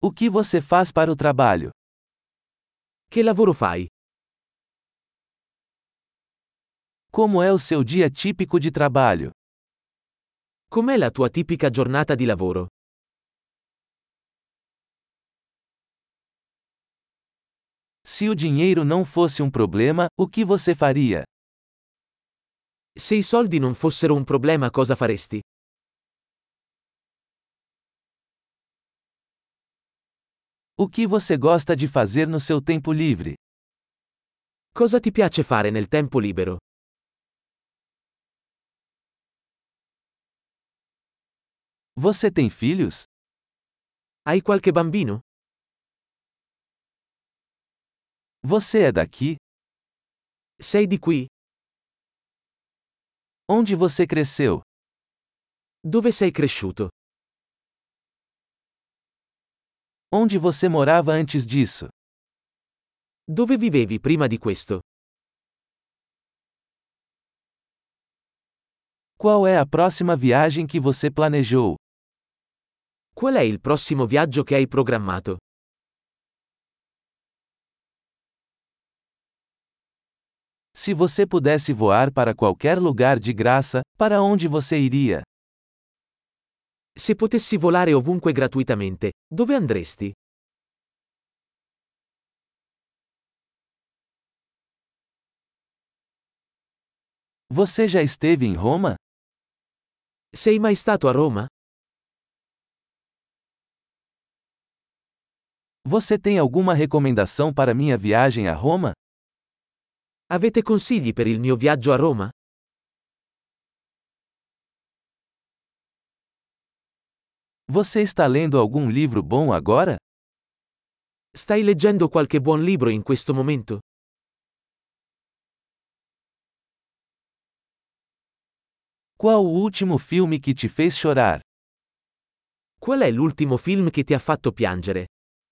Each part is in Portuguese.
O que você faz para o trabalho? Che lavoro fai? Como é o seu dia típico de trabalho? Com'è la tua tipica giornata di lavoro? Se o dinheiro não fosse um problema, o que você faria? Se i soldi non fossero un problema, cosa faresti? O que você gosta de fazer no seu tempo livre? Cosa ti piace fare nel tempo libero? Você tem filhos? Hai qualche bambino? Você é daqui? Sei di qui? Onde você cresceu? Dove sei cresciuto? Onde você morava antes disso? Dove vivevi prima di questo? Qual é a próxima viagem que você planejou? Qual è il prossimo viaggio che hai programmato? Se você pudesse voar para qualquer lugar de graça, para onde você iria? Se potessi volare ovunque gratuitamente, dove andresti? Você já esteve em Roma? Sei mai stato a Roma? Você tem alguma recomendação para minha viagem a Roma? Avete consigli per il mio viaggio a Roma? Você está lendo algum livro bom agora? Stai leggendo qualche buon libro in questo momento? Qual o último filme que te fez chorar? Qual è l'ultimo film che ti ha fatto piangere?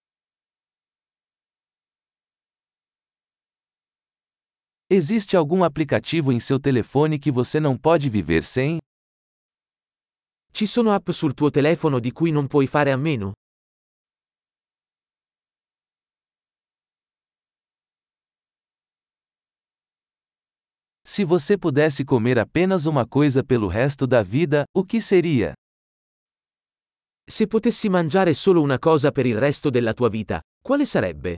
Existe algum aplicativo em seu telefone que você não pode viver sem? Ci sono app sul tuo telefono di cui non puoi fare a meno? Se você pudesse comer apenas uma coisa pelo resto da vida, o que seria? Se potessi mangiare solo una cosa per il resto della tua vita, quale sarebbe?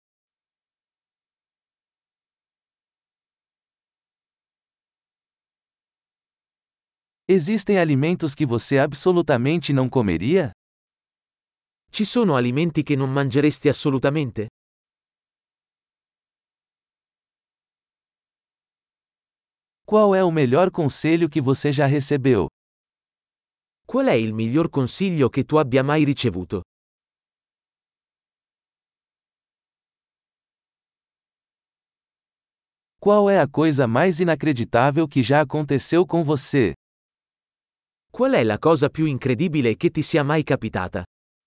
Existem alimentos que você absolutamente não comeria? Ci sono alimenti che non mangeresti assolutamente? Qual é o melhor conselho que você já recebeu? Qual è il miglior consiglio che tu abbia mai ricevuto? Qual é a coisa mais inacreditável que já aconteceu com você? Qual è la cosa più incredibile che ti sia mai capitata?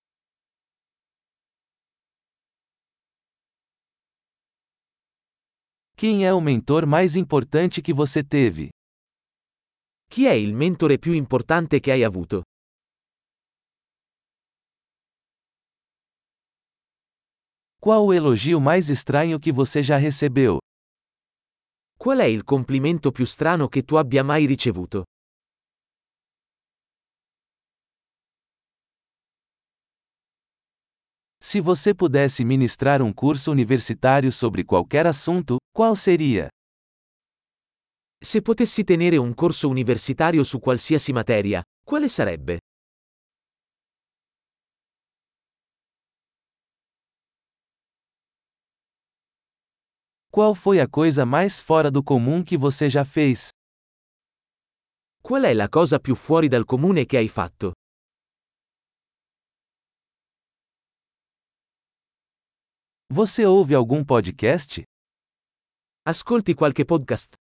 Quem é o mentor mais importante que você teve? Chi è il mentore più importante che hai avuto? Qual o elogio mais estranho que você já recebeu? Qual è il complimento più strano che tu abbia mai ricevuto? Se você pudesse ministrar um curso universitário sobre qualquer assunto, qual seria? Se potessi tenere un corso universitario su qualsiasi materia, quale sarebbe? Qual foi a coisa mais fora do comum que você já fez? Qual è la cosa più fuori dal comune che hai fatto? Você ouve algum podcast? Ascolti qualche podcast?